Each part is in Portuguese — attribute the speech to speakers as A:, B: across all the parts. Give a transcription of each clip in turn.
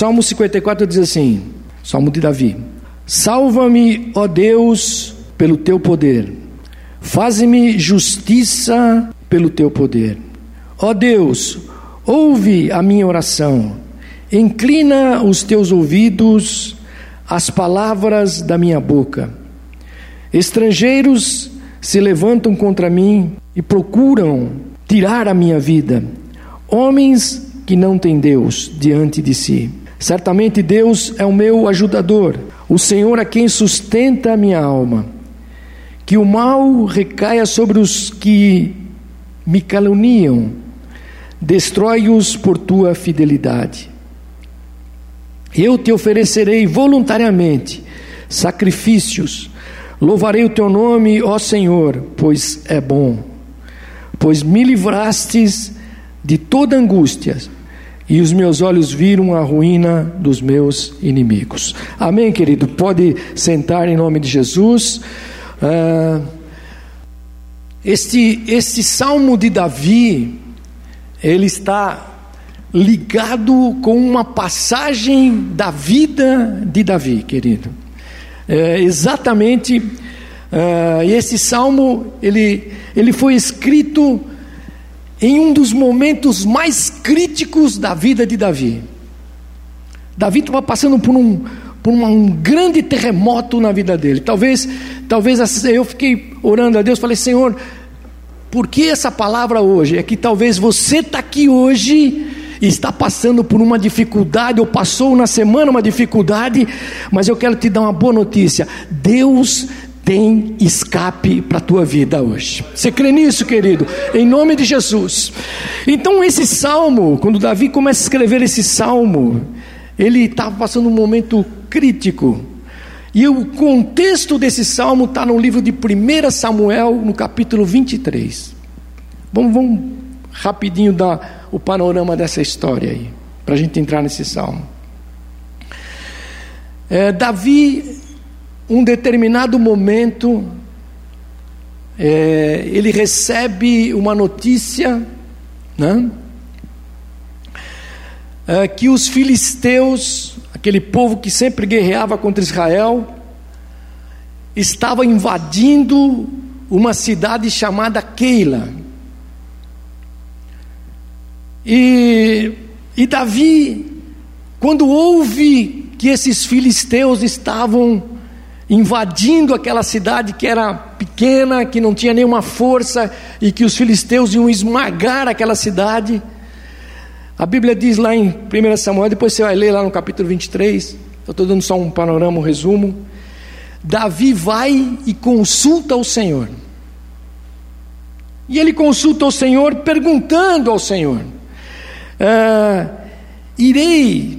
A: Salmo 54 diz assim, Salmo de Davi: salva-me, ó Deus, pelo teu poder, faze-me justiça pelo teu poder. Ó Deus, ouve a minha oração, inclina os teus ouvidos às palavras da minha boca. Estrangeiros se levantam contra mim e procuram tirar a minha vida, homens que não têm Deus diante de si. Certamente Deus é o meu ajudador, o Senhor é quem sustenta a minha alma. Que o mal recaia sobre os que me caluniam, destrói-os por tua fidelidade. Eu te oferecerei voluntariamente sacrifícios, louvarei o teu nome, ó Senhor, pois é bom, pois me livrastes de toda angústia, e os meus olhos viram a ruína dos meus inimigos. Amém, querido? Pode sentar em nome de Jesus. Este Salmo de Davi, ele está ligado com uma passagem da vida de Davi, querido. Exatamente, esse Salmo, ele foi escrito em um dos momentos mais críticos da vida de Davi. Davi estava passando por um grande terremoto na vida dele. Talvez eu fiquei orando a Deus, falei: Senhor, por que essa palavra hoje? É que talvez você está aqui hoje e está passando por uma dificuldade, ou passou na semana uma dificuldade, mas eu quero te dar uma boa notícia: Deus tem escape para a tua vida hoje. Você crê nisso, querido? Em nome de Jesus. Então esse salmo, quando Davi começa a escrever esse salmo, ele estava passando um momento crítico, e o contexto desse salmo está no livro de 1 Samuel, no capítulo 23. Vamos rapidinho dar o panorama dessa história aí, para a gente entrar nesse salmo. Davi, um determinado momento, ele recebe uma notícia, né? Que os filisteus, aquele povo que sempre guerreava contra Israel, estava invadindo uma cidade chamada Keila. E Davi, quando ouve que esses filisteus estavam invadindo aquela cidade que era pequena, que não tinha nenhuma força, e que os filisteus iam esmagar aquela cidade, a Bíblia diz lá em 1 Samuel, depois você vai ler lá no capítulo 23, eu estou dando só um panorama, um resumo. Davi vai e consulta o Senhor, e ele consulta o Senhor perguntando ao Senhor: irei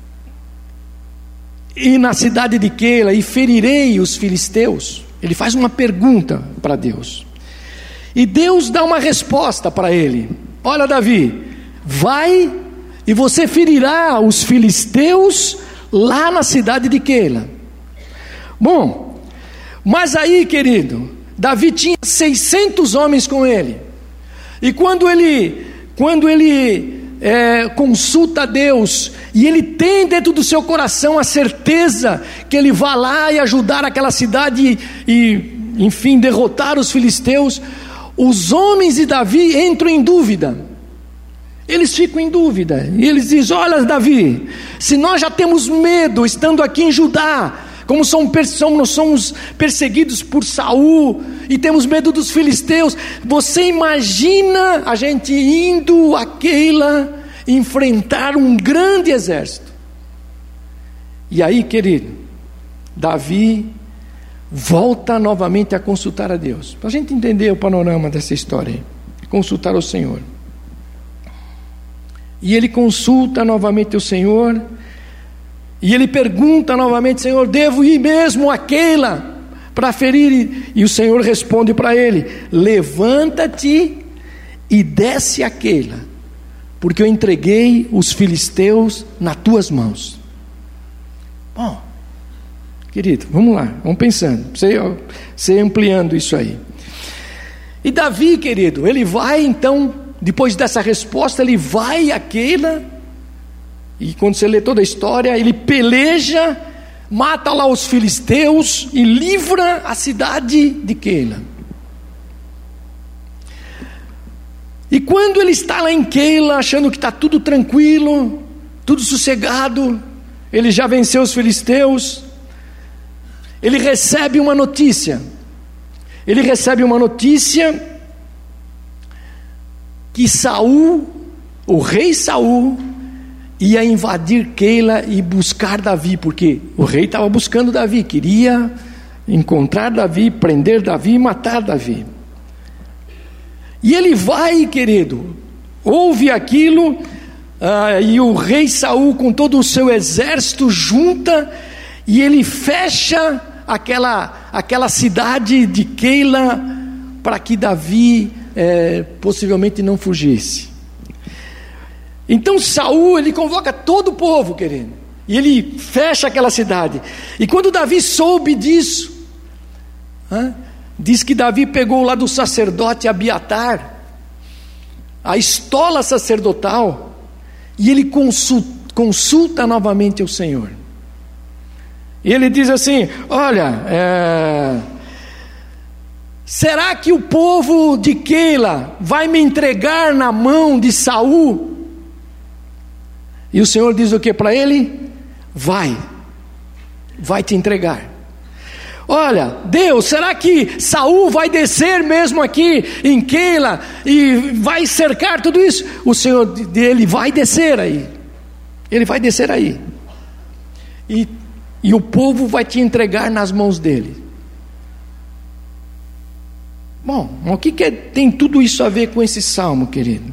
A: ir na cidade de Keila e ferirei os filisteus? Ele faz uma pergunta para Deus, e Deus dá uma resposta para ele: olha, Davi, vai e você ferirá os filisteus lá na cidade de Keila. Bom, mas aí, querido, Davi tinha 600 homens com ele, e quando ele consulta a Deus, e ele tem dentro do seu coração a certeza que ele vai lá e ajudar aquela cidade e enfim, derrotar os filisteus, os homens de Davi entram em dúvida. Eles ficam em dúvida, e eles dizem: olha, Davi, se nós já temos medo estando aqui em Judá, como nós somos perseguidos por Saul, e temos medo dos filisteus, você imagina a gente indo a Keila enfrentar um grande exército? E aí, querido, Davi volta novamente a consultar a Deus, para a gente entender o panorama dessa história, consultar o Senhor. E ele consulta novamente o Senhor, e ele pergunta novamente: Senhor, devo ir mesmo a Keila para ferir? E o Senhor responde para ele: levanta-te e desce a Keila, porque eu entreguei os filisteus nas tuas mãos. Bom, querido, vamos lá, vamos pensando, você ampliando isso aí. E Davi, querido, ele vai então, depois dessa resposta, ele vai a Keila, E quando você lê toda a história, ele peleja, mata lá os filisteus e livra a cidade de Keila. E quando ele está lá em Keila, achando que está tudo tranquilo, tudo sossegado, ele já venceu os filisteus, ele recebe uma notícia. Ele recebe uma notícia que Saul, o rei Saul, ia invadir Keila e buscar Davi, porque o rei estava buscando Davi, queria encontrar Davi, prender Davi e matar Davi. E ele vai, querido, ouve aquilo, e o rei Saul com todo o seu exército junta, e ele fecha aquela cidade de Keila, para que Davi possivelmente não fugisse. Então Saul, ele convoca todo o povo, querido, e ele fecha aquela cidade. E quando Davi soube disso, diz que Davi pegou lá do sacerdote Abiatar a estola sacerdotal, e ele consulta novamente o Senhor. E ele diz assim: olha, será que o povo de Keila vai me entregar na mão de Saul? E o Senhor diz o que para ele? Vai te entregar. Olha, Deus, será que Saul vai descer mesmo aqui em Keila e vai cercar tudo isso? O Senhor dele vai descer aí. Ele vai descer aí. E o povo vai te entregar nas mãos dele. Bom, o que tem tudo isso a ver com esse salmo, querido?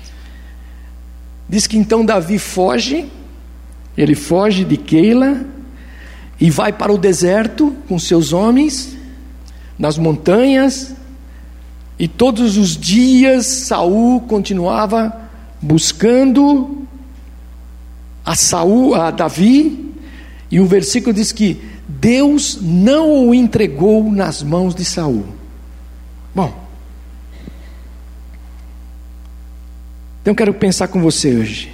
A: Diz que então Davi foge, ele foge de Keila e vai para o deserto com seus homens, nas montanhas, e todos os dias Saul continuava buscando a Davi, e o versículo diz que Deus não o entregou nas mãos de Saul. Bom, então eu quero pensar com você hoje.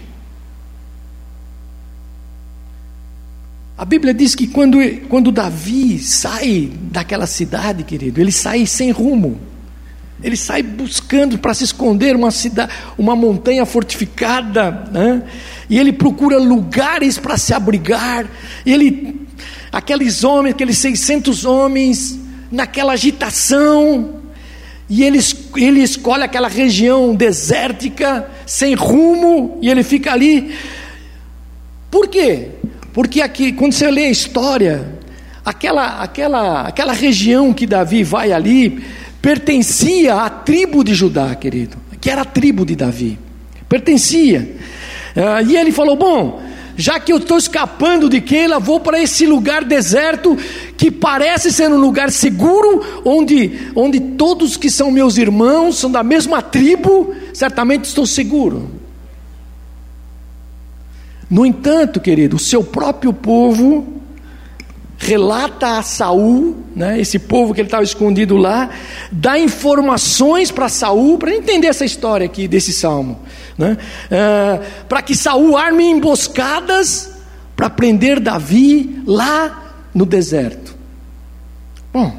A: A Bíblia diz que quando Davi sai daquela cidade, querido, ele sai sem rumo. Ele sai buscando para se esconder uma montanha fortificada, né? E ele procura lugares para se abrigar. Aqueles 600 homens, naquela agitação, e ele escolhe aquela região desértica, sem rumo, e ele fica ali. Por quê? Porque aqui, quando você lê a história, aquela região que Davi vai ali, pertencia à tribo de Judá, querido, que era a tribo de Davi, pertencia. E ele falou: bom, já que eu estou escapando de Keila, vou para esse lugar deserto, que parece ser um lugar seguro, onde todos que são meus irmãos, são da mesma tribo, certamente estou seguro. No entanto, querido, o seu próprio povo relata a Saul, né, esse povo que ele estava escondido lá, dá informações para Saul, para entender essa história aqui desse salmo, né, para que Saul arme emboscadas para prender Davi lá no deserto. Bom,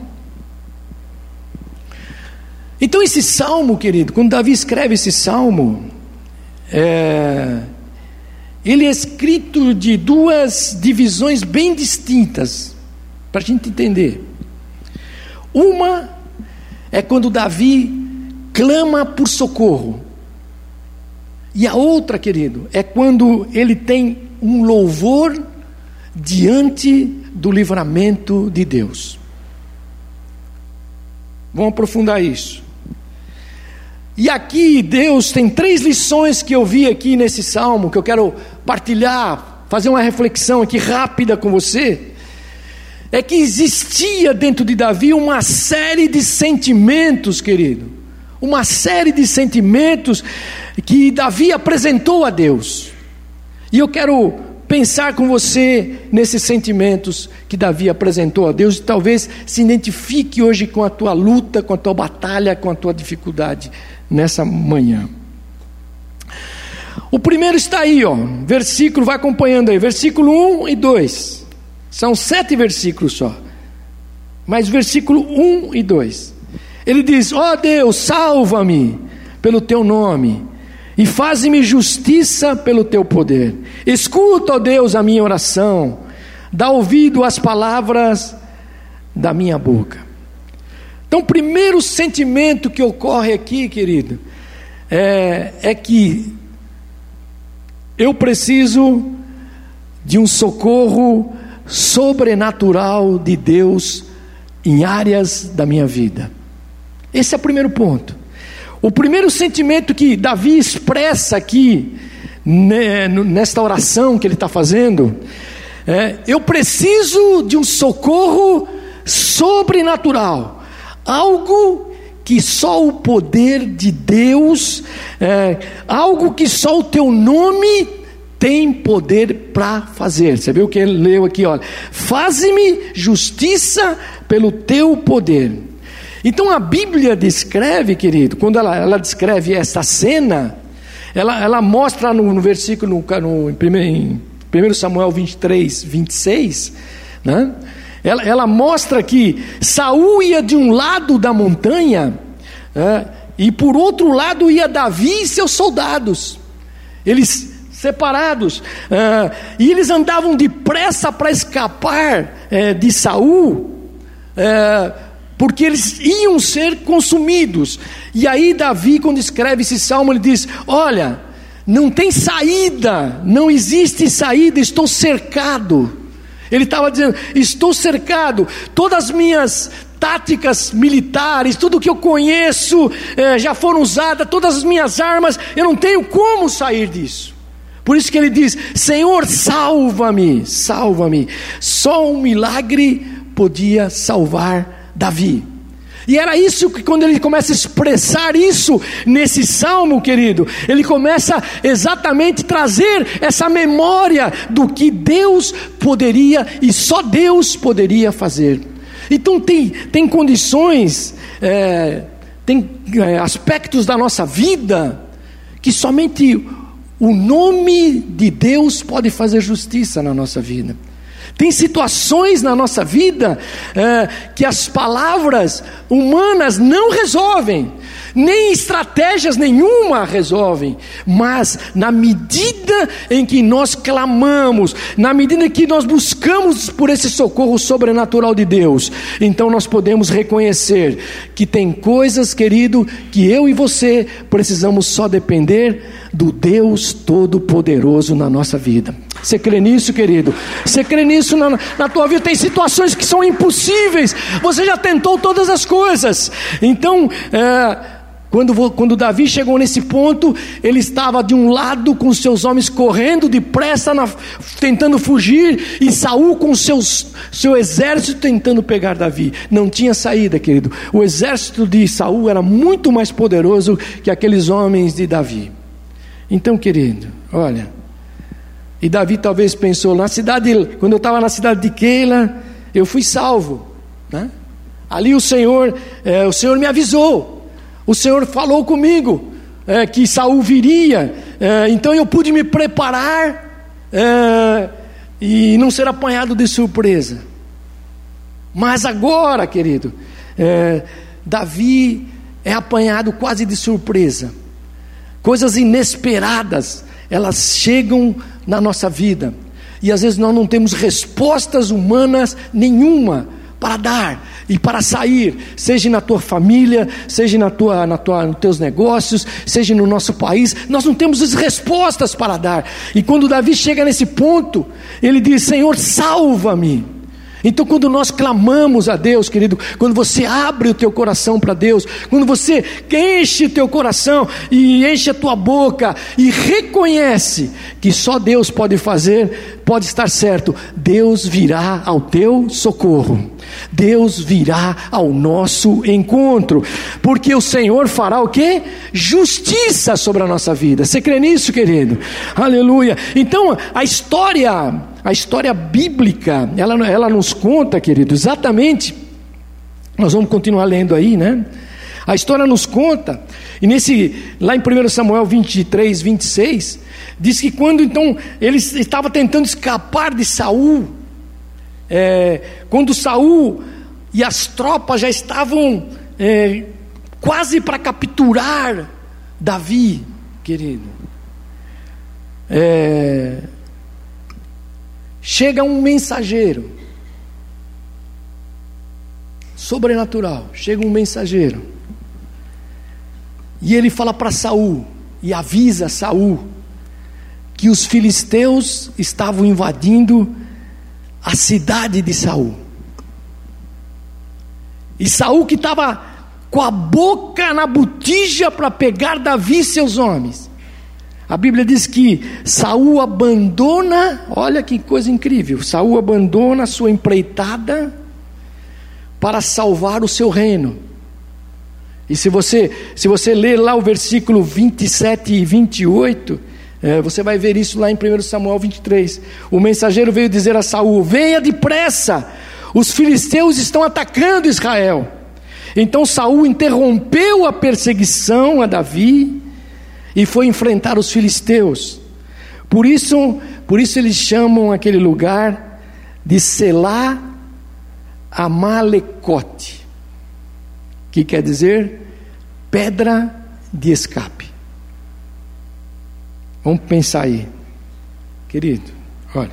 A: então esse salmo, querido, quando Davi escreve esse salmo, ele é escrito de duas divisões bem distintas, para a gente entender. Uma é quando Davi clama por socorro, e a outra, querido, é quando ele tem um louvor diante do livramento de Deus. Vamos aprofundar isso. E aqui Deus tem 3 lições que eu vi aqui nesse salmo, que eu quero partilhar, fazer uma reflexão aqui rápida com você. É que existia dentro de Davi uma série de sentimentos, querido, uma série de sentimentos que Davi apresentou a Deus. E eu quero pensar com você nesses sentimentos que Davi apresentou a Deus, e talvez se identifique hoje com a tua luta, com a tua batalha, com a tua dificuldade nessa manhã. O primeiro está aí, ó, versículo, vai acompanhando aí, versículo 1 e 2. São 7 versículos só. Mas versículo 1 e 2. Ele diz: ó Deus, salva-me pelo teu nome e faz-me justiça pelo teu poder. Escuta, ó Deus, a minha oração, dá ouvido às palavras da minha boca. Então, o primeiro sentimento que ocorre aqui, querido, é que eu preciso de um socorro sobrenatural de Deus em áreas da minha vida. Esse é o primeiro ponto. O primeiro sentimento que Davi expressa aqui, nesta oração que ele está fazendo, eu preciso de um socorro sobrenatural, algo que só o poder de Deus, algo que só o teu nome tem poder para fazer. Você viu o que ele leu aqui? Olha, faz-me justiça pelo teu poder. Então a Bíblia descreve, querido, quando ela descreve essa cena, ela mostra no versículo, em 1 Samuel 23, 26, né? Ela mostra que Saul ia de um lado da montanha, e por outro lado ia Davi e seus soldados, eles separados, e eles andavam depressa para escapar de Saul, porque eles iam ser consumidos. E aí Davi, quando escreve esse salmo, ele diz: olha, não tem saída, não existe saída, estou cercado. Ele estava dizendo: estou cercado, todas as minhas táticas militares, tudo que eu conheço já foram usadas, todas as minhas armas, eu não tenho como sair disso. Por isso que ele diz: Senhor, salva-me, salva-me. Só um milagre podia salvar Davi. E era isso que, quando ele começa a expressar isso nesse salmo, querido, ele começa exatamente trazer essa memória do que Deus poderia e só Deus poderia fazer. Então tem condições, tem aspectos da nossa vida que somente o nome de Deus pode fazer justiça na nossa vida. Tem situações na nossa vida que as palavras humanas não resolvem, nem estratégias nenhuma resolvem, mas na medida em que nós clamamos, na medida em que nós buscamos por esse socorro sobrenatural de Deus, então nós podemos reconhecer que tem coisas, querido, que eu e você precisamos só depender do Deus Todo-Poderoso na nossa vida. Você crê nisso, querido? Você crê nisso na tua vida? Tem situações que são impossíveis, você já tentou todas as coisas. Então, quando Davi chegou nesse ponto, ele estava de um lado com seus homens correndo depressa, tentando fugir, e Saul com seu exército tentando pegar Davi. Não tinha saída, querido. O exército de Saul era muito mais poderoso que aqueles homens de Davi. Então, querido, olha, e Davi talvez pensou, quando eu estava na cidade de Keila, eu fui salvo, né? Ali o Senhor me avisou, o Senhor falou comigo que Saul viria, então eu pude me preparar e não ser apanhado de surpresa. Mas agora, querido, Davi é apanhado quase de surpresa. Coisas inesperadas, elas chegam na nossa vida, e às vezes nós não temos respostas humanas nenhuma para dar e para sair, seja na tua família, seja nos teus negócios, seja no nosso país. Nós não temos as respostas para dar. E quando Davi chega nesse ponto, ele diz: Senhor, salva-me. Então, quando nós clamamos a Deus, querido, quando você abre o teu coração para Deus, quando você enche o teu coração e enche a tua boca e reconhece que só Deus pode fazer, pode estar certo, Deus virá ao teu socorro, Deus virá ao nosso encontro, porque o Senhor fará o quê? Justiça sobre a nossa vida. Você crê nisso, querido? Aleluia. Então, a história bíblica, ela nos conta, querido, exatamente, nós vamos continuar lendo aí, né? A história nos conta, e lá em 1 Samuel 23, 26, diz que quando então ele estava tentando escapar de Saul, quando Saul e as tropas já estavam quase para capturar Davi, querido, chega um mensageiro sobrenatural, chega um mensageiro, e ele fala para Saul, e avisa Saul, que os filisteus estavam invadindo a cidade de Saul, e Saul, que estava com a boca na botija para pegar Davi e seus homens, a Bíblia diz que Saul abandona, olha que coisa incrível, Saul abandona a sua empreitada para salvar o seu reino. E se você ler lá o versículo 27 e 28, você vai ver isso lá em 1 Samuel 23. O mensageiro veio dizer a Saul: venha depressa, os filisteus estão atacando Israel. Então Saul interrompeu a perseguição a Davi e foi enfrentar os filisteus. Por isso eles chamam aquele lugar de Selá Amalecote, que quer dizer pedra de escape. Vamos pensar aí, querido, olha,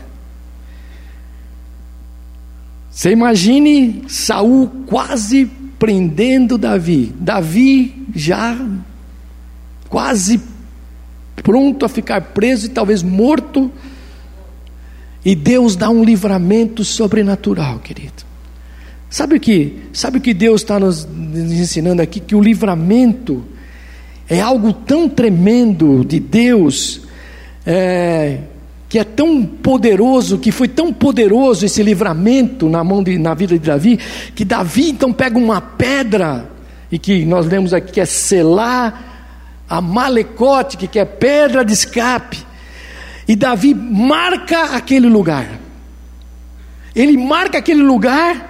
A: você imagine Saul quase prendendo Davi já quase pronto a ficar preso e talvez morto, e Deus dá um livramento sobrenatural, querido. Sabe o que Deus está nos ensinando aqui? Que o livramento é algo tão tremendo de Deus, que é tão poderoso, que foi tão poderoso esse livramento na vida de Davi, que Davi então pega uma pedra, e que nós lemos aqui que é Selá Amalecote, que é pedra de escape, e Davi marca aquele lugar. Ele marca aquele lugar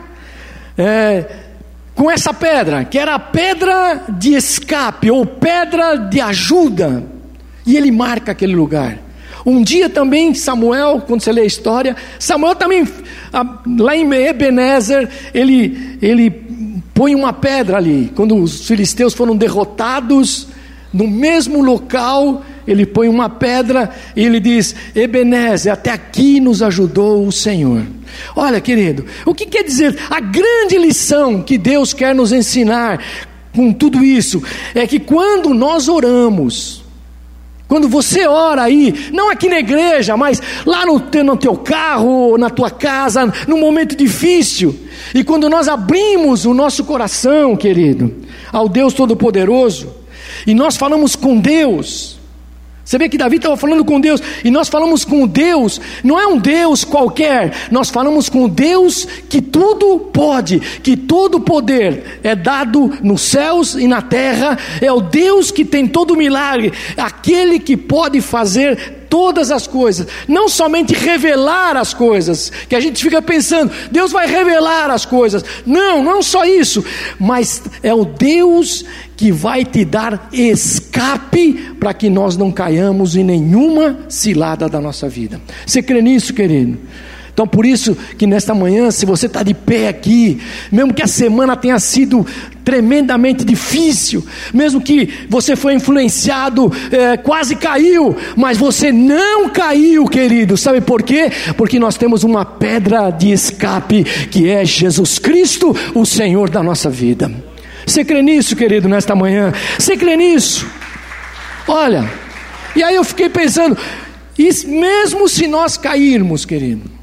A: com essa pedra, que era a pedra de escape, ou pedra de ajuda, e ele marca aquele lugar. Um dia também Samuel, quando você lê a história, Samuel também, lá em Ebenezer, ele põe uma pedra ali, quando os filisteus foram derrotados, no mesmo local, ele põe uma pedra, e ele diz: Ebenezer, até aqui nos ajudou o Senhor. Olha, querido, o que quer dizer? A grande lição que Deus quer nos ensinar com tudo isso, é que quando nós oramos, quando você ora aí, não aqui na igreja, mas lá no teu carro, na tua casa, num momento difícil, e quando nós abrimos o nosso coração, querido, ao Deus Todo-Poderoso, e nós falamos com Deus. Você vê que Davi estava falando com Deus, e nós falamos com Deus, não é um Deus qualquer, nós falamos com Deus que tudo pode, que todo poder é dado nos céus e na terra, é o Deus que tem todo o milagre, aquele que pode fazer todas as coisas, não somente revelar as coisas, que a gente fica pensando, Deus vai revelar as coisas, não só isso, mas é o Deus que vai te dar escape para que nós não caiamos em nenhuma cilada da nossa vida. Você crê nisso, querido? Então por isso que nesta manhã, se você está de pé aqui, mesmo que a semana tenha sido tremendamente difícil, mesmo que você foi influenciado, quase caiu, mas você não caiu, querido. Sabe por quê? Porque nós temos uma pedra de escape, que é Jesus Cristo, o Senhor da nossa vida. Você crê nisso, querido, nesta manhã? Você crê nisso? Olha, e aí eu fiquei pensando, mesmo se nós cairmos, querido,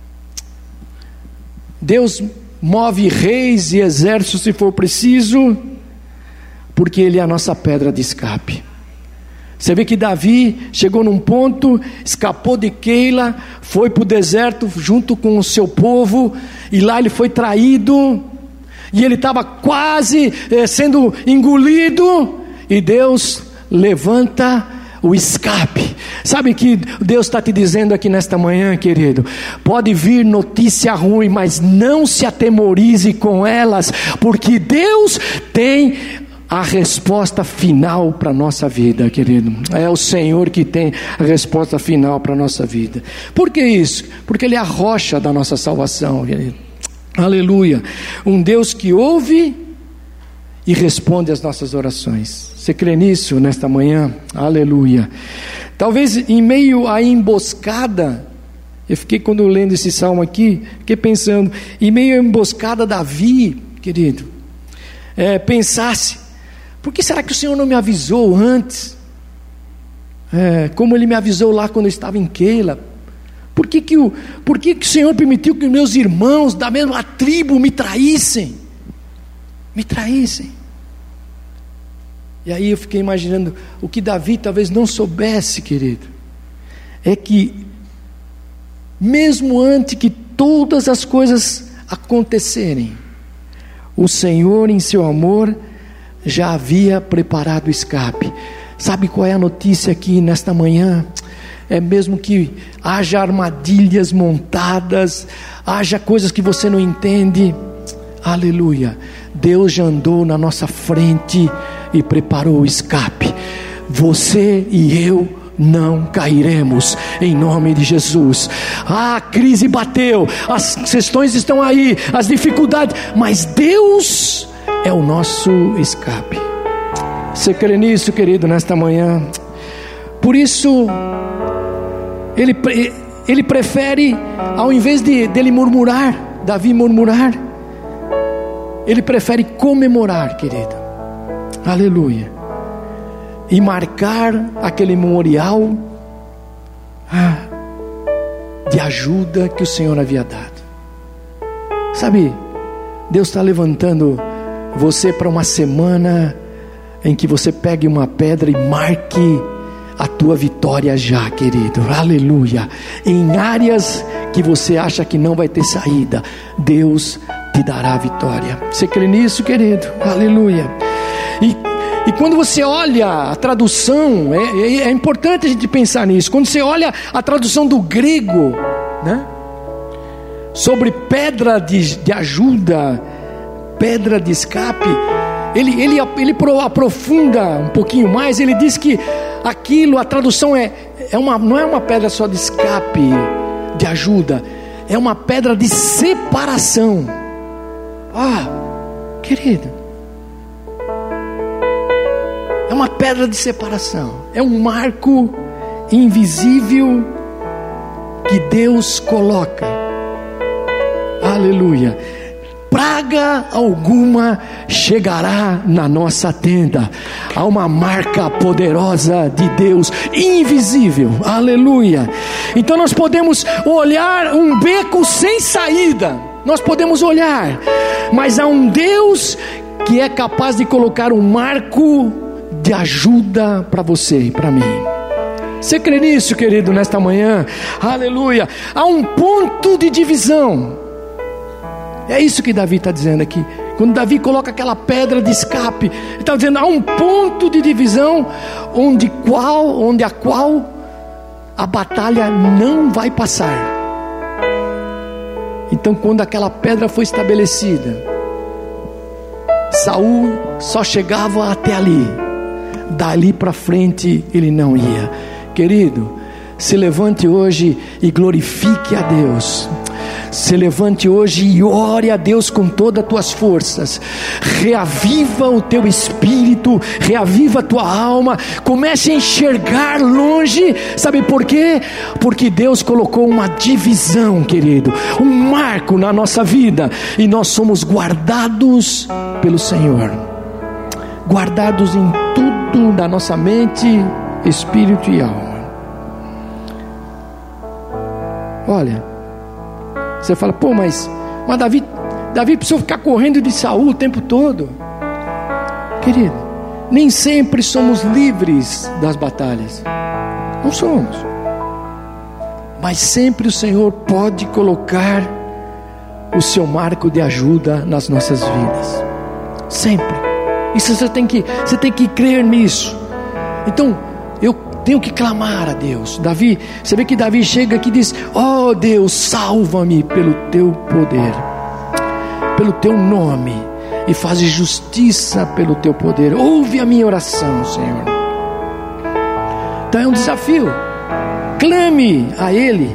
A: Deus move reis e exércitos se for preciso, porque Ele é a nossa pedra de escape. Você vê que Davi chegou num ponto, escapou de Keila, foi para o deserto junto com o seu povo, e lá ele foi traído, e ele estava quase sendo engolido, e Deus levanta o escape. Sabe que Deus está te dizendo aqui nesta manhã, querido? Pode vir notícia ruim, mas não se atemorize com elas, porque Deus tem a resposta final para a nossa vida, querido. É o Senhor que tem a resposta final para a nossa vida. Por que isso? Porque Ele é a rocha da nossa salvação, querido. Aleluia. Um Deus que ouve e responde às nossas orações. Você crê nisso nesta manhã? Aleluia. Talvez em meio à emboscada, eu fiquei, quando lendo esse salmo aqui, fiquei pensando, em meio à emboscada, Davi, querido, pensasse, por que será que o Senhor não me avisou antes? Como Ele me avisou lá quando eu estava em Keila? Por que o Senhor permitiu que meus irmãos da mesma tribo me traíssem? E aí eu fiquei imaginando, o que Davi talvez não soubesse, querido, é que mesmo antes que todas as coisas acontecerem, o Senhor em seu amor já havia preparado o escape. Sabe qual é a notícia aqui nesta manhã? É mesmo que haja armadilhas montadas, haja coisas que você não entende, aleluia, Deus já andou na nossa frente e preparou o escape. Você e eu não cairemos, em nome de Jesus. A crise bateu, as questões estão aí, as dificuldades, mas Deus é o nosso escape. Você crê nisso, querido, nesta manhã? Por isso ele prefere, ao invés dele murmurar, Davi murmurar, ele prefere comemorar, querido, aleluia, e marcar aquele memorial de ajuda que o Senhor havia dado. Sabe, Deus está levantando você para uma semana em que você pegue uma pedra e marque a tua vitória já, querido, aleluia. Em áreas que você acha que não vai ter saída, Deus te dará a vitória. Você crê nisso, querido? Aleluia. E quando você olha a tradução, é importante a gente pensar nisso. Quando você olha a tradução do grego, né, sobre pedra de ajuda, pedra de escape, ele aprofunda um pouquinho mais. Ele diz que aquilo, a tradução não é uma pedra só de escape, de ajuda, é uma pedra de separação. Querido, é uma pedra de separação, é um marco invisível que Deus coloca, aleluia. Praga alguma chegará na nossa tenda. Há uma marca poderosa de Deus, invisível, aleluia. Então nós podemos olhar um beco sem saída, nós podemos olhar, mas há um Deus que é capaz de colocar um marco de ajuda para você e para mim. Você crê nisso, querido, nesta manhã? Aleluia. Há um ponto de divisão. É isso que Davi está dizendo aqui. Quando Davi coloca aquela pedra de escape, ele está dizendo, há um ponto de divisão onde a qual a batalha não vai passar. Então, quando aquela pedra foi estabelecida, Saul só chegava até ali. Dali para frente ele não ia. Querido, se levante hoje e glorifique a Deus. Se levante hoje e ore a Deus com todas as tuas forças. Reaviva o teu espírito, reaviva a tua alma. Comece a enxergar longe. Sabe por quê? Porque Deus colocou uma divisão, querido, um marco na nossa vida, e nós somos guardados pelo Senhor, guardados em tudo da nossa mente, espírito e alma. Olha, você fala, mas Davi precisou ficar correndo de Saul o tempo todo. Querido, nem sempre somos livres das batalhas. Não somos. Mas sempre o Senhor pode colocar o seu marco de ajuda nas nossas vidas. Sempre. Isso você tem que crer nisso. Então, eu tenho que clamar a Deus. Davi, você vê que Davi chega aqui e diz, Deus, salva-me pelo teu poder, pelo teu nome. e fazes justiça pelo teu poder. Ouve a minha oração, Senhor. Então é um desafio. Clame a Ele,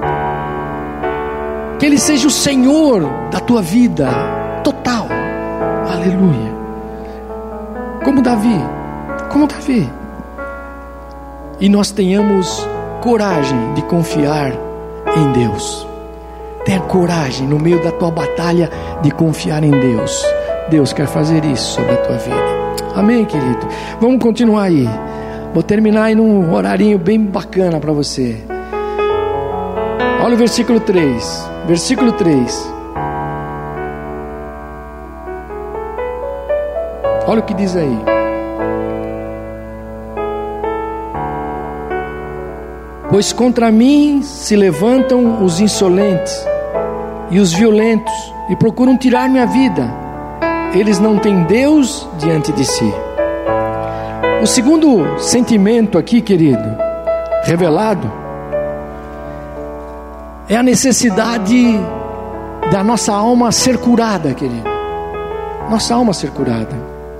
A: que Ele seja o Senhor da tua vida total. Aleluia. Como Davi. E nós tenhamos coragem de confiar em Deus. Tenha coragem no meio da tua batalha de confiar em Deus. Deus quer fazer isso sobre a tua vida. Amém, querido? Vamos continuar aí. Vou terminar aí num horarinho bem bacana para você. Olha o versículo 3. Versículo 3. Olha o que diz aí. Pois contra mim se levantam os insolentes e os violentos e procuram tirar minha vida. Eles não têm Deus diante de si. O segundo sentimento aqui, querido, revelado, é a necessidade da nossa alma ser curada, querido. Nossa alma ser curada.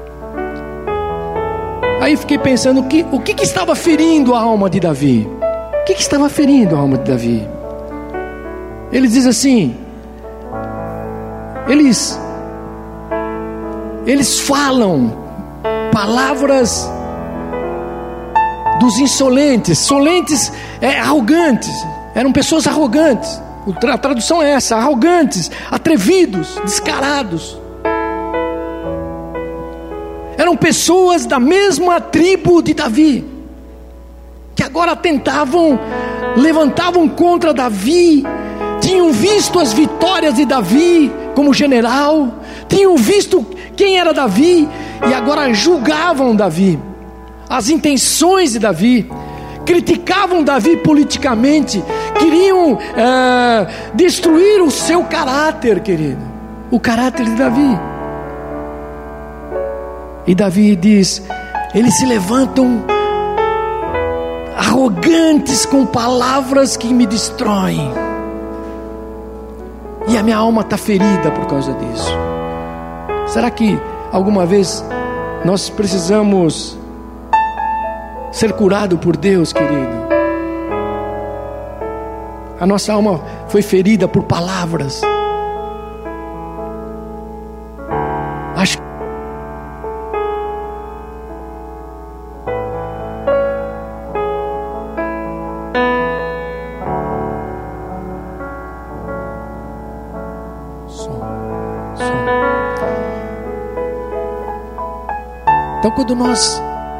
A: Aí fiquei pensando, o que estava ferindo a alma de Davi? O que estava ferindo a alma de Davi? Ele diz assim, eles falam palavras dos insolentes. Insolentes é arrogantes. Eram pessoas arrogantes. A tradução é essa: arrogantes, atrevidos, descarados. Eram pessoas da mesma tribo de Davi, que agora levantavam contra Davi, tinham visto as vitórias de Davi como general, tinham visto quem era Davi, e agora julgavam Davi, as intenções de Davi, criticavam Davi politicamente, queriam destruir o seu caráter, querido, o caráter de Davi. E Davi diz, eles se levantam arrogantes com palavras que me destroem, e a minha alma está ferida por causa disso. Será que alguma vez nós precisamos ser curado por Deus, querido? A nossa alma foi ferida por palavras. Acho que então, quando nós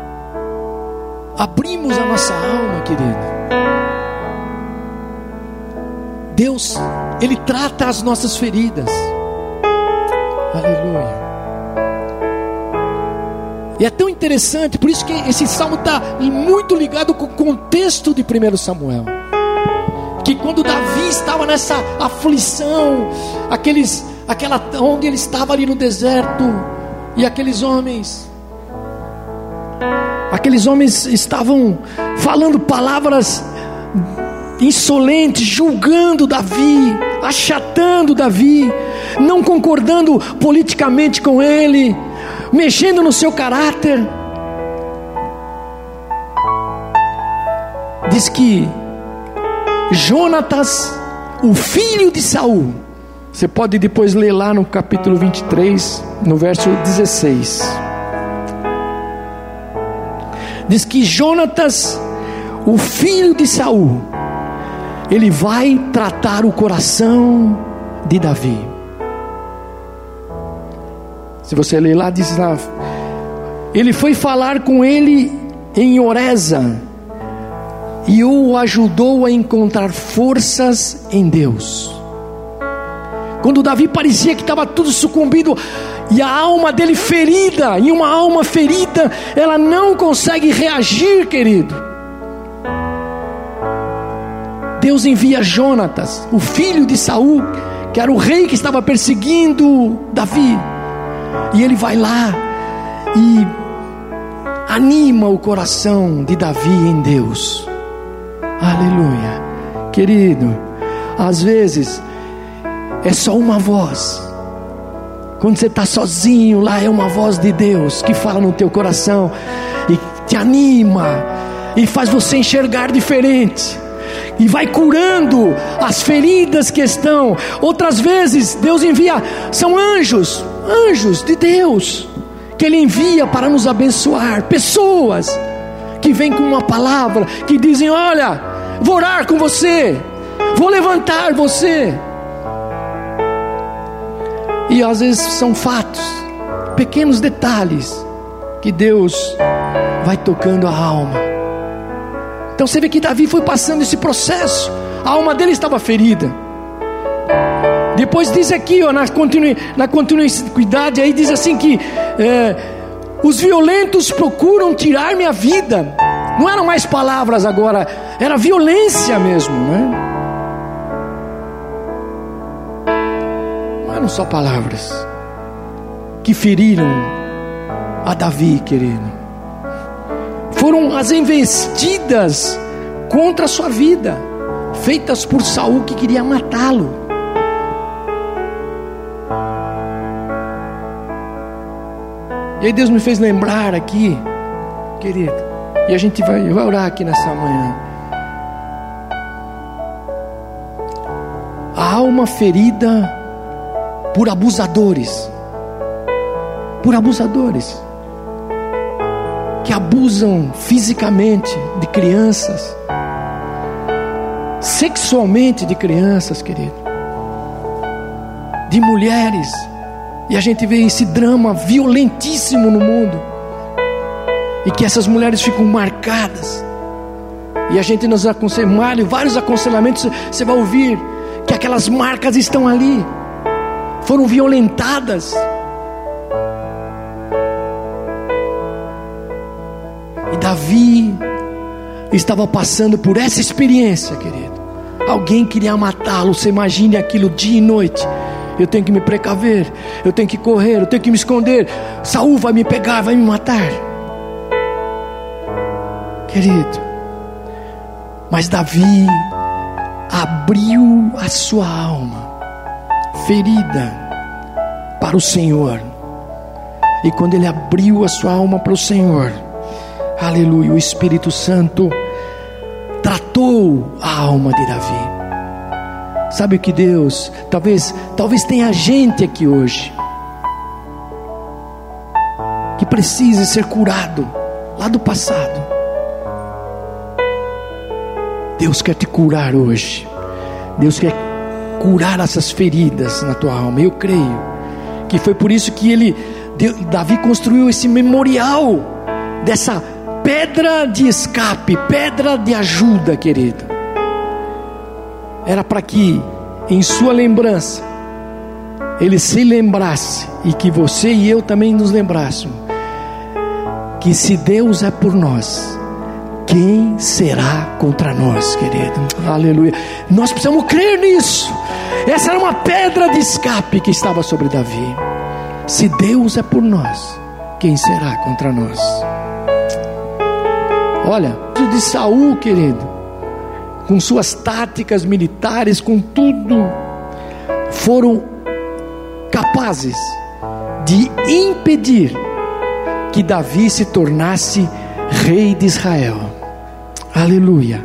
A: abrimos a nossa alma, querido, Deus, Ele trata as nossas feridas. Aleluia. E é tão interessante, por isso que esse salmo está muito ligado com o contexto de 1 Samuel. Que quando Davi estava nessa aflição, onde ele estava ali no deserto, e aqueles homens estavam falando palavras insolentes, julgando Davi, achatando Davi, não concordando politicamente com ele, mexendo no seu caráter. Diz que Jonatas, o filho de Saul, você pode depois ler lá no capítulo 23, no verso 16. Diz que Jonatas, o filho de Saul, ele vai tratar o coração de Davi. Se você ler lá, diz lá, ele foi falar com ele em Oreza e o ajudou a encontrar forças em Deus. Quando Davi parecia que estava tudo sucumbido, e a alma dele ferida, e uma alma ferida, ela não consegue reagir, querido. Deus envia Jonatas, o filho de Saul, que era o rei que estava perseguindo Davi, e ele vai lá e anima o coração de Davi em Deus. Aleluia. Querido, às vezes é só uma voz, Quando você está sozinho, lá é uma voz de Deus que fala no teu coração e te anima e faz você enxergar diferente, e vai curando as feridas que estão. Outras vezes Deus envia, são anjos de Deus, que Ele envia para nos abençoar, pessoas que vêm com uma palavra, que dizem: olha, vou orar com você, vou levantar você. E às vezes são fatos, pequenos detalhes, que Deus vai tocando a alma. Então você vê que Davi foi passando esse processo, a alma dele estava ferida. Depois diz aqui, ó, na continuidade, aí diz assim que os violentos procuram tirar minha vida. Não eram mais palavras agora, era violência mesmo, né? Não eram só palavras que feriram a Davi, querido. Foram as investidas contra a sua vida, feitas por Saul, que queria matá-lo. E aí Deus me fez lembrar aqui, querido, e a gente vai orar aqui nessa manhã. A alma ferida por abusadores, que abusam fisicamente de crianças, sexualmente de crianças, querido, de mulheres. E a gente vê esse drama violentíssimo no mundo, e que essas mulheres ficam marcadas. E a gente nos aconselha, vários aconselhamentos, você vai ouvir que aquelas marcas estão ali, foram violentadas. E Davi estava passando por essa experiência, querido. Alguém queria matá-lo. Você imagine aquilo dia e noite. Eu tenho que me precaver, eu tenho que correr, eu tenho que me esconder. Saul vai me pegar, vai me matar, querido. Mas Davi abriu a sua alma ferida para o Senhor. E quando ele abriu a sua alma para o Senhor, aleluia, o Espírito Santo tratou a alma de Davi. Sabe o que Deus, talvez tenha gente aqui hoje que precise ser curado lá do passado. Deus quer te curar hoje. Deus quer curar essas feridas na tua alma. Eu creio que foi por isso que Davi construiu esse memorial dessa pedra de escape, pedra de ajuda, querido. Era para que em sua lembrança ele se lembrasse, e que você e eu também nos lembrássemos, que se Deus é por nós, quem será contra nós, querido? Aleluia. Nós precisamos crer nisso. Essa era uma pedra de escape que estava sobre Davi. Se Deus é por nós, quem será contra nós? Olha, de Saul, querido, com suas táticas militares, com tudo, foram capazes de impedir que Davi se tornasse rei de Israel. Aleluia.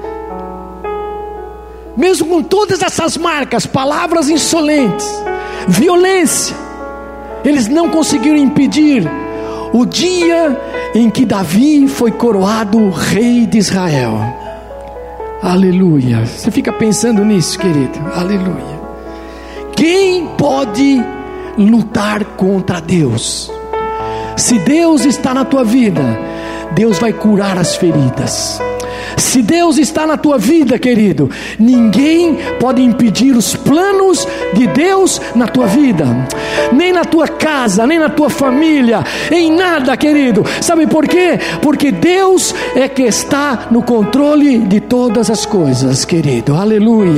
A: Mesmo com todas essas marcas, palavras insolentes, violência, eles não conseguiram impedir o dia em que Davi foi coroado rei de Israel. Aleluia. Você fica pensando nisso, querido? Aleluia. Quem pode lutar contra Deus? Se Deus está na tua vida, Deus vai curar as feridas. Se Deus está na tua vida, querido, ninguém pode impedir os planos de Deus na tua vida, nem na tua casa, nem na tua família, em nada, querido. Sabe por quê? Porque Deus é que está no controle de todas as coisas, querido. Aleluia.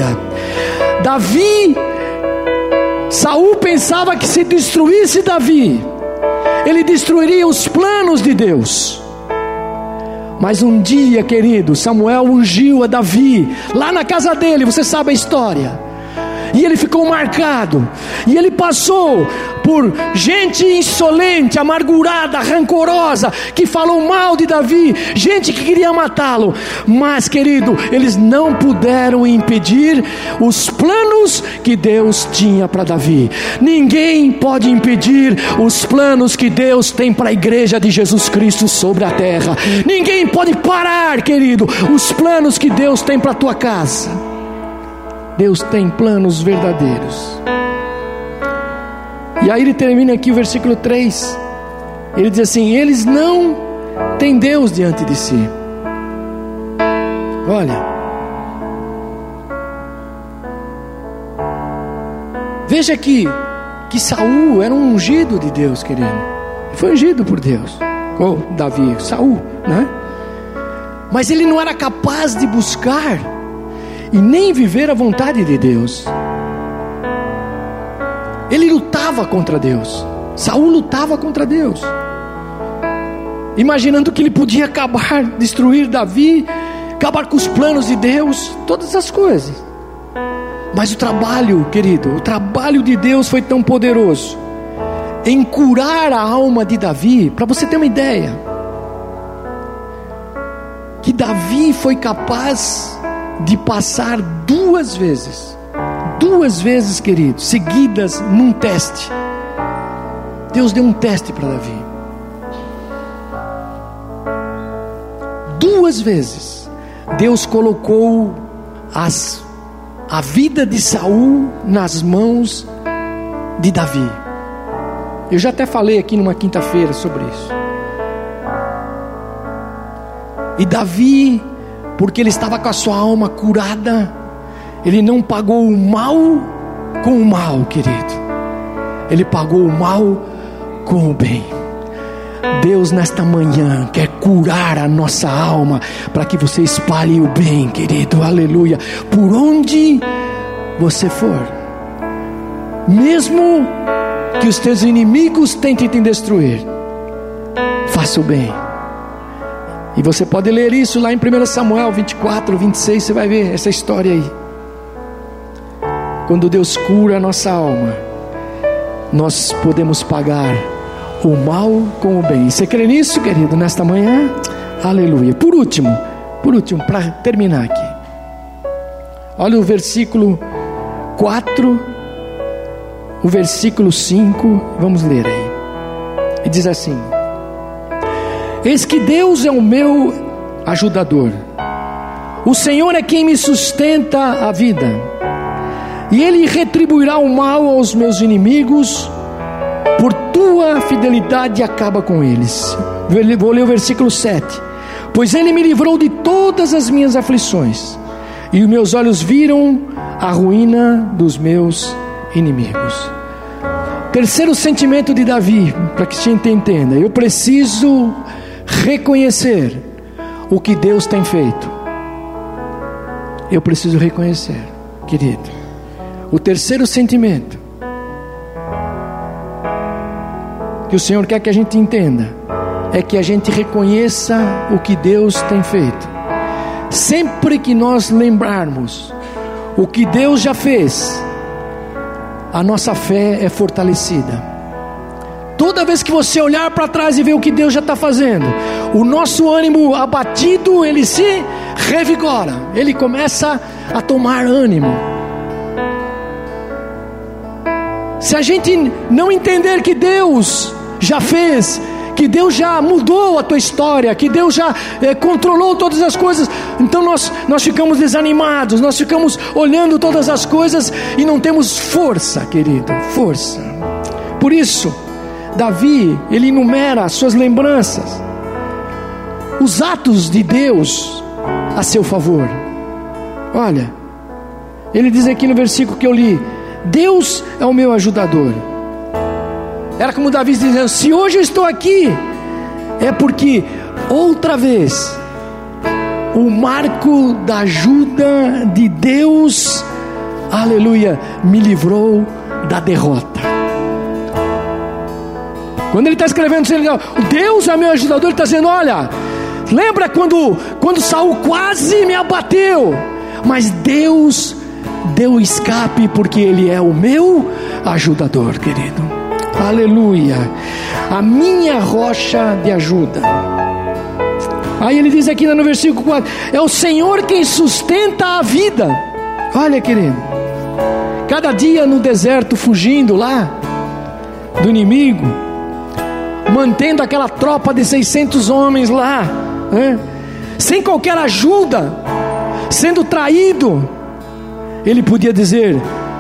A: Saul pensava que se destruísse Davi, ele destruiria os planos de Deus. Mas um dia, querido, Samuel ungiu a Davi lá na casa dele, você sabe a história. E ele ficou marcado, e ele passou por gente insolente, amargurada, rancorosa, que falou mal de Davi, gente que queria matá-lo. Mas, querido, eles não puderam impedir os planos que Deus tinha para Davi. Ninguém pode impedir os planos que Deus tem para a igreja de Jesus Cristo sobre a terra. Ninguém pode parar, querido, os planos que Deus tem para a tua casa. Deus tem planos verdadeiros. E aí ele termina aqui o versículo 3. Ele diz assim: eles não têm Deus diante de si. Olha, veja aqui que Saul era um ungido de Deus, querido. Ele foi ungido por Deus. Ou Davi, Saul, né? Mas ele não era capaz de buscar e nem viver a vontade de Deus. Ele lutava contra Deus. Saul lutava contra Deus, imaginando que ele podia acabar, destruir Davi, acabar com os planos de Deus, todas as coisas. Mas o trabalho, querido, o trabalho de Deus foi tão poderoso em curar a alma de Davi. Para você ter uma ideia, que Davi foi capaz de passar duas vezes, querido, seguidas num teste. Deus deu um teste para Davi. Duas vezes Deus colocou a vida de Saul nas mãos de Davi. Eu já até falei aqui numa quinta-feira sobre isso. E Davi, porque ele estava com a sua alma curada, ele não pagou o mal com o mal, querido. Ele pagou o mal com o bem. Deus nesta manhã quer curar a nossa alma, para que você espalhe o bem, querido, aleluia, por onde você for. Mesmo que os teus inimigos tentem te destruir, faça o bem. E você pode ler isso lá em 1 Samuel 24, 26, você vai ver essa história aí. Quando Deus cura a nossa alma, nós podemos pagar o mal com o bem. Você crê nisso, querido, nesta manhã? Aleluia. Por último, para terminar aqui, olha o versículo 4, o versículo 5, vamos ler aí. E diz assim: eis que Deus é o meu ajudador, o Senhor é quem me sustenta a vida, e Ele retribuirá o mal aos meus inimigos, por tua fidelidade acaba com eles. Vou ler o versículo 7. Pois Ele me livrou de todas as minhas aflições, e os meus olhos viram a ruína dos meus inimigos. Terceiro sentimento de Davi, para que a gente entenda: eu preciso reconhecer o que Deus tem feito. Eu preciso reconhecer, querido. O terceiro sentimento que o Senhor quer que a gente entenda é que a gente reconheça o que Deus tem feito. Sempre que nós lembrarmos o que Deus já fez, a nossa fé é fortalecida. Toda vez que você olhar para trás e ver o que Deus já está fazendo, o nosso ânimo abatido, ele se revigora, ele começa a tomar ânimo. Se a gente não entender que Deus já fez, que Deus já mudou a tua história, que Deus já controlou todas as coisas, então nós ficamos desanimados, nós ficamos olhando todas as coisas e não temos força, querido, força. Por isso, Davi, ele enumera as suas lembranças, os atos de Deus a seu favor. Olha, ele diz aqui no versículo que eu li: Deus é o meu ajudador. Era como Davi dizendo: se hoje eu estou aqui, é porque outra vez o marco da ajuda de Deus, aleluia, me livrou da derrota. Quando ele está escrevendo, Deus é meu ajudador, ele está dizendo: olha, lembra quando Saul quase me abateu, mas Deus deu escape, porque Ele é o meu ajudador, querido. Aleluia. A minha rocha de ajuda. Aí ele diz aqui no versículo 4: é o Senhor quem sustenta a vida. Olha, querido, cada dia no deserto, fugindo lá do inimigo, mantendo aquela tropa de 600 homens lá, sem qualquer ajuda, sendo traído, ele podia dizer: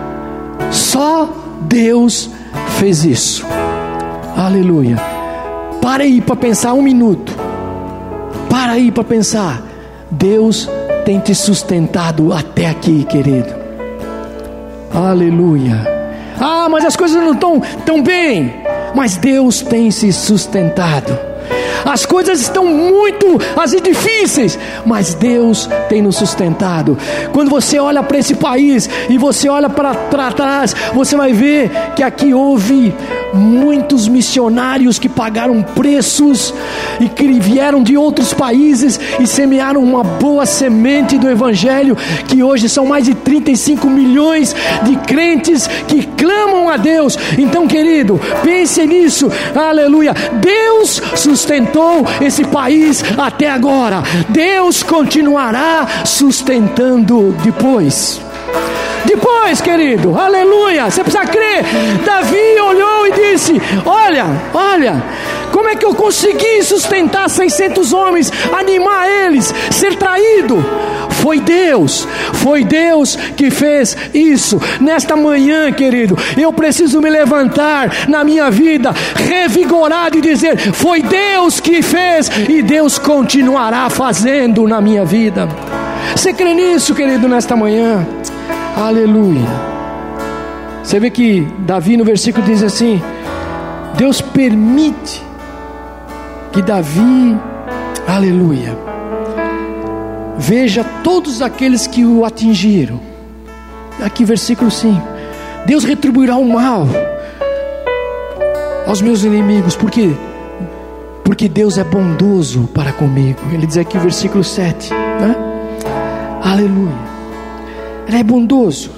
A: só Deus fez isso. Aleluia. Para aí para pensar um minuto. Para aí para pensar. Deus tem te sustentado até aqui, querido. Aleluia. Ah, mas as coisas não estão tão bem. Mas Deus tem se sustentado. As coisas estão muito difíceis, mas Deus tem nos sustentado. Quando você olha para esse país e você olha para trás, você vai ver que aqui houve muitos missionários que pagaram preços e que vieram de outros países e semearam uma boa semente do Evangelho, que hoje são mais de 35 milhões de crentes que clamam a Deus. Então, querido, pense nisso. Aleluia. Deus sustentou esse país até agora. Deus continuará sustentando depois, querido. Aleluia. Você precisa crer. Davi olhou e disse: olha, como é que eu consegui sustentar 600 homens, animar eles, ser traído? Foi Deus que fez isso. Nesta manhã, querido, eu preciso me levantar na minha vida, revigorado, e dizer: foi Deus que fez e Deus continuará fazendo na minha vida. Você crê nisso, querido, nesta manhã? Aleluia. Você vê que Davi no versículo diz assim: Deus permite que Davi, aleluia, veja todos aqueles que o atingiram. Aqui versículo 5: Deus retribuirá o mal aos meus inimigos, porque Deus é bondoso para comigo. Ele diz aqui versículo 7, né? Aleluia. Ele é bondoso.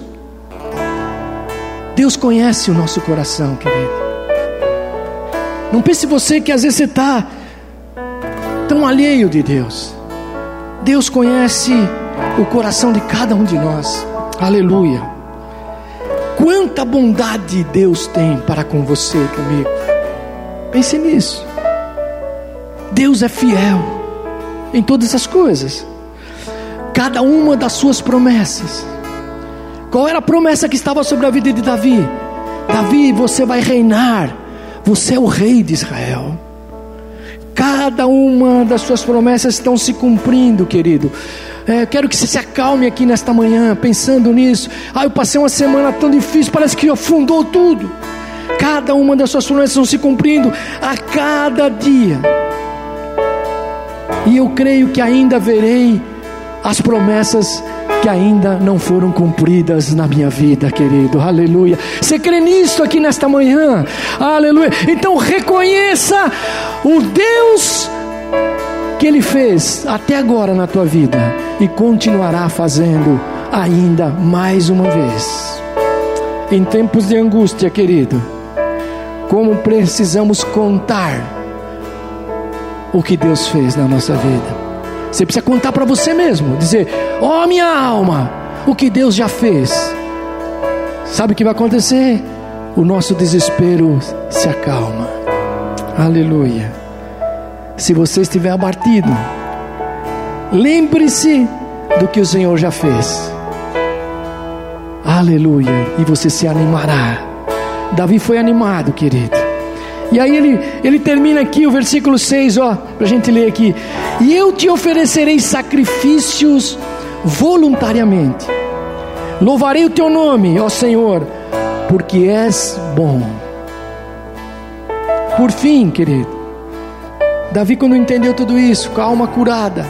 A: Deus conhece o nosso coração, querido. Não pense você que às vezes você está tão alheio de Deus. Deus conhece o coração de cada um de nós. Aleluia. Quanta bondade Deus tem para com você e comigo. Pense nisso. Deus é fiel em todas as coisas. Cada uma das suas promessas. Qual era a promessa que estava sobre a vida de Davi? Davi, você vai reinar. Você é o rei de Israel. Cada uma das suas promessas estão se cumprindo, querido. Eu quero que você se acalme aqui nesta manhã, pensando nisso. Eu passei uma semana tão difícil, parece que afundou tudo. Cada uma das suas promessas estão se cumprindo a cada dia. E eu creio que ainda verei as promessas que ainda não foram cumpridas na minha vida, querido. Aleluia. Você crê nisso aqui nesta manhã? Aleluia. Então reconheça o Deus que Ele fez até agora na tua vida e continuará fazendo ainda mais uma vez. Em tempos de angústia, querido, como precisamos contar o que Deus fez na nossa vida. Você precisa contar para você mesmo, dizer: ó minha alma, o que Deus já fez. Sabe o que vai acontecer? O nosso desespero se acalma. Aleluia. Se você estiver abatido, lembre-se do que o Senhor já fez. Aleluia. E você se animará. Davi foi animado, querido. E aí ele termina aqui o versículo 6, para a gente ler aqui: e eu te oferecerei sacrifícios voluntariamente, louvarei o teu nome, ó Senhor, porque és bom. Por fim, querido, Davi, quando entendeu tudo isso, com a alma curada,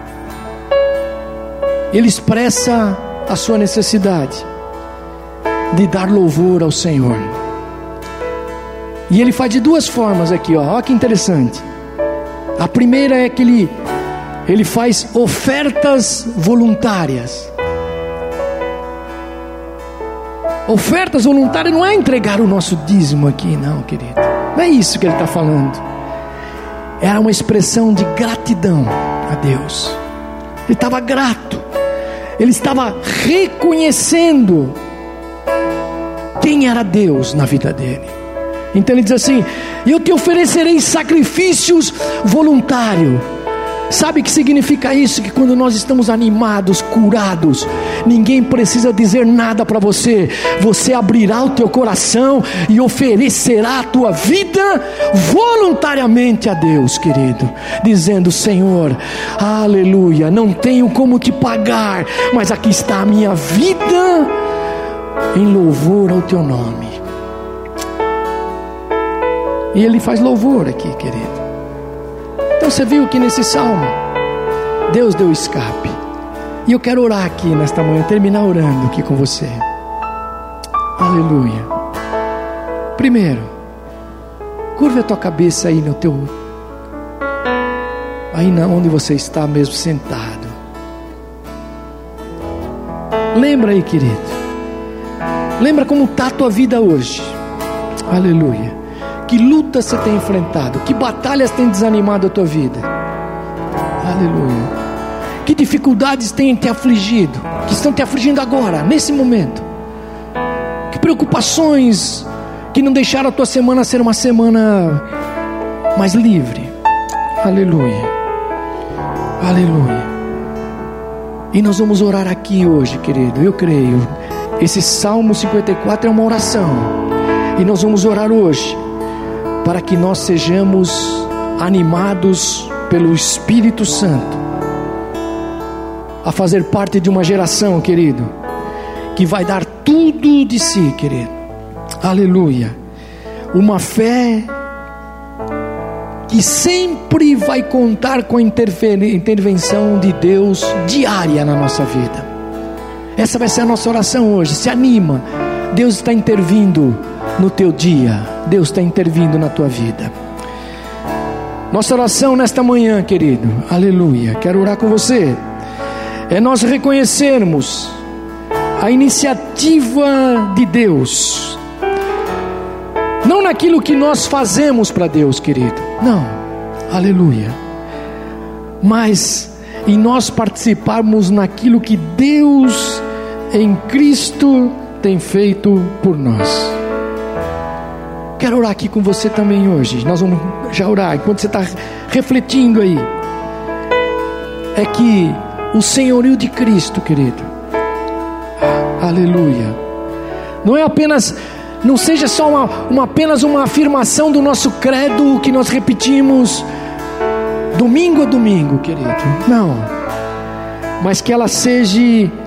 A: ele expressa a sua necessidade de dar louvor ao Senhor. E ele faz de duas formas aqui, olha que interessante. A primeira é que ele faz ofertas voluntárias. Ofertas voluntárias não é entregar o nosso dízimo aqui, não, querido. Não é isso que ele está falando. Era uma expressão de gratidão a Deus. Ele estava grato. Ele estava reconhecendo quem era Deus na vida dele. Então ele diz assim: eu te oferecerei sacrifícios voluntários. Sabe o que significa isso? Que quando nós estamos animados, curados, ninguém precisa dizer nada para você. Você abrirá o teu coração e oferecerá a tua vida voluntariamente a Deus, querido, dizendo: Senhor, aleluia, não tenho como te pagar, mas aqui está a minha vida em louvor ao teu nome. E ele faz louvor aqui, querido. Então você viu que nesse salmo Deus deu escape. E eu quero orar aqui nesta manhã, terminar orando aqui com você. Aleluia. Primeiro, curva a tua cabeça aí no teu, aí onde você está mesmo sentado. Lembra aí, querido. Lembra como está a tua vida hoje. Aleluia. Que lutas você tem enfrentado? Que batalhas tem desanimado a tua vida? Aleluia. Que dificuldades têm te afligido? Que estão te afligindo agora, nesse momento? Que preocupações que não deixaram a tua semana ser uma semana mais livre? Aleluia. Aleluia. E nós vamos orar aqui hoje, querido. Eu creio. Esse Salmo 54 é uma oração. E nós vamos orar hoje para que nós sejamos animados pelo Espírito Santo a fazer parte de uma geração, querido, que vai dar tudo de si, querido. Aleluia. Uma fé que sempre vai contar com a intervenção de Deus diária na nossa vida. Essa vai ser a nossa oração hoje. Se anima. Deus está intervindo no teu dia. Deus está intervindo na tua vida. Nossa oração nesta manhã, querido, aleluia, quero orar com você, é nós reconhecermos a iniciativa de Deus, não naquilo que nós fazemos para Deus, querido, não, aleluia, mas em nós participarmos naquilo que Deus em Cristo tem feito por nós. Quero orar aqui com você também hoje. Nós vamos já orar. Enquanto você está refletindo aí, é que o senhorio de Cristo, querido, aleluia, não é apenas, não seja só apenas uma afirmação do nosso credo que nós repetimos domingo a domingo, querido, não, mas que ela seja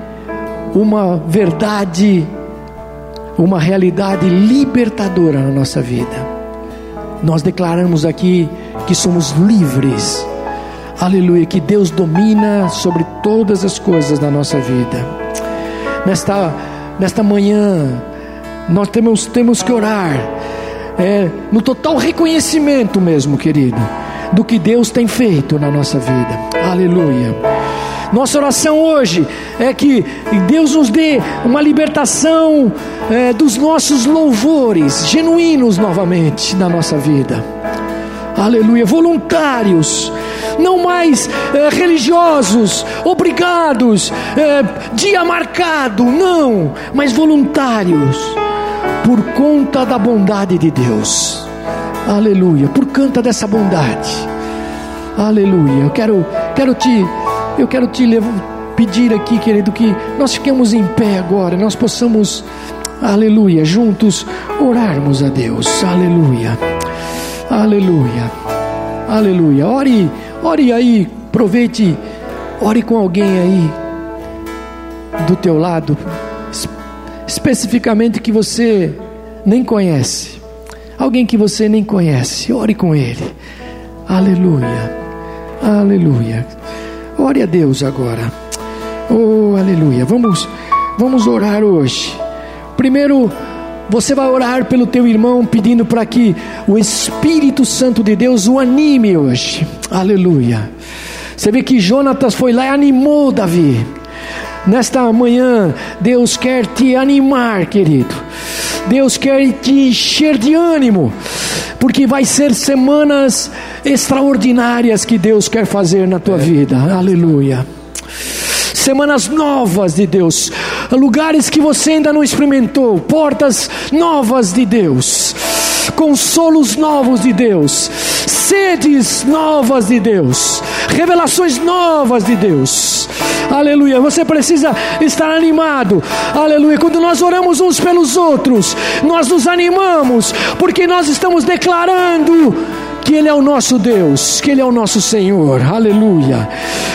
A: uma verdade, uma realidade libertadora na nossa vida. Nós declaramos aqui que somos livres, aleluia, que Deus domina sobre todas as coisas da nossa vida. Nesta manhã nós temos que orar no total reconhecimento mesmo, querido, do que Deus tem feito na nossa vida. Aleluia. Nossa oração hoje é que Deus nos dê uma libertação dos nossos louvores genuínos novamente na nossa vida. Aleluia. Voluntários, não mais religiosos, obrigados, dia marcado, não, mas voluntários, por conta da bondade de Deus. Aleluia. Por conta dessa bondade. Aleluia. Eu quero te pedir aqui, querido, que nós fiquemos em pé agora, nós possamos, aleluia, juntos orarmos a Deus. Aleluia, aleluia, aleluia. Ore aí, aproveite, ore com alguém aí do teu lado, especificamente que você nem conhece, alguém que você nem conhece, ore com ele. Aleluia, aleluia. Ore a Deus agora. Oh, aleluia. Vamos orar hoje. Primeiro, você vai orar pelo teu irmão, pedindo para que o Espírito Santo de Deus o anime hoje. Aleluia. Você vê que Jonatas foi lá e animou Davi. Nesta manhã, Deus quer te animar, querido. Deus quer te encher de ânimo, porque vai ser semanas extraordinárias que Deus quer fazer na tua vida. Aleluia. Semanas novas de Deus, lugares que você ainda não experimentou, portas novas de Deus, consolos novos de Deus, sedes novas de Deus, revelações novas de Deus. Aleluia. Você precisa estar animado. Aleluia. Quando nós oramos uns pelos outros, nós nos animamos, porque nós estamos declarando que Ele é o nosso Deus, que Ele é o nosso Senhor. Aleluia.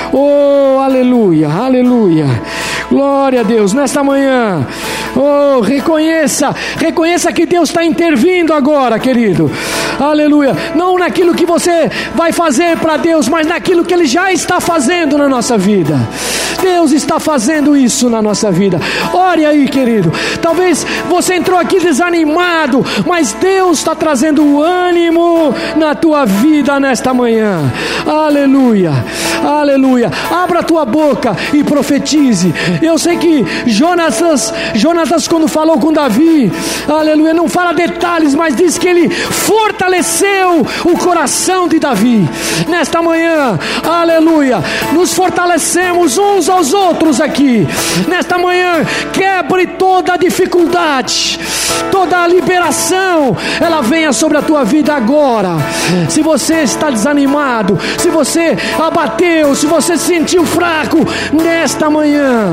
A: Oh, aleluia, aleluia. Glória a Deus. Nesta manhã, oh, reconheça que Deus está intervindo agora, querido. Aleluia. Não naquilo que você vai fazer para Deus, mas naquilo que Ele já está fazendo na nossa vida. Deus está fazendo isso na nossa vida. Ore aí, querido. Talvez você entrou aqui desanimado, mas Deus está trazendo ânimo na tua vida nesta manhã. Aleluia, aleluia. Abra a tua boca e profetize. Eu sei que Jonatas, quando falou com Davi, aleluia, não fala detalhes, mas diz que ele fortaleceu o coração de Davi. Nesta manhã, aleluia, nos fortalecemos uns aos outros aqui. Nesta manhã, quebre toda a dificuldade, toda a liberação, ela venha sobre a tua vida agora. Se você está desanimado, se você abateu, se você se sentiu fraco, nesta manhã,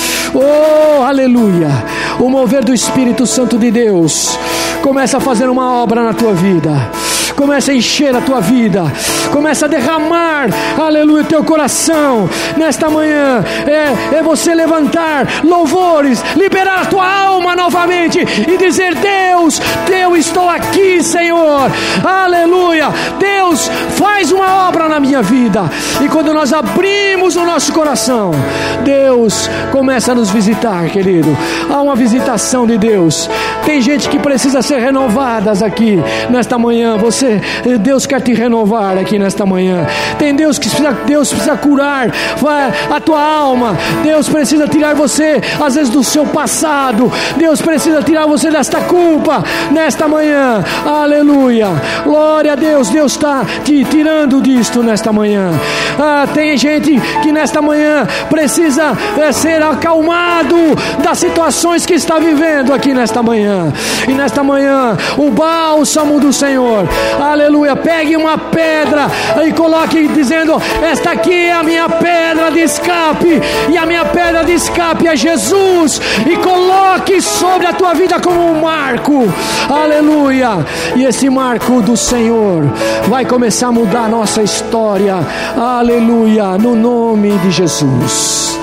A: oh, aleluia, o mover do Espírito Santo de Deus começa a fazer uma obra na tua vida. Começa a encher a tua vida, começa a derramar, aleluia, o teu coração. Nesta manhã é você levantar louvores, liberar a tua alma novamente e dizer: Deus, eu estou aqui, Senhor, aleluia. Deus, faz uma obra na minha vida. E quando nós abrimos o nosso coração, Deus começa a nos visitar, querido. Há uma visitação de Deus. Tem gente que precisa ser renovadas aqui nesta manhã. Deus quer te renovar aqui nesta manhã. Tem Deus precisa curar a tua alma. Deus precisa tirar você, às vezes, do seu passado. Deus precisa tirar você desta culpa nesta manhã. Aleluia. Glória a Deus. Deus está te tirando disto nesta manhã. Tem gente que nesta manhã precisa ser acalmado das situações que está vivendo aqui nesta manhã. E nesta manhã, o bálsamo do Senhor, aleluia, pegue uma pedra e coloque dizendo: esta aqui é a minha pedra de escape, e a minha pedra de escape é Jesus, e coloque sobre a tua vida como um marco, aleluia, e esse marco do Senhor vai começar a mudar a nossa história, aleluia, no nome de Jesus.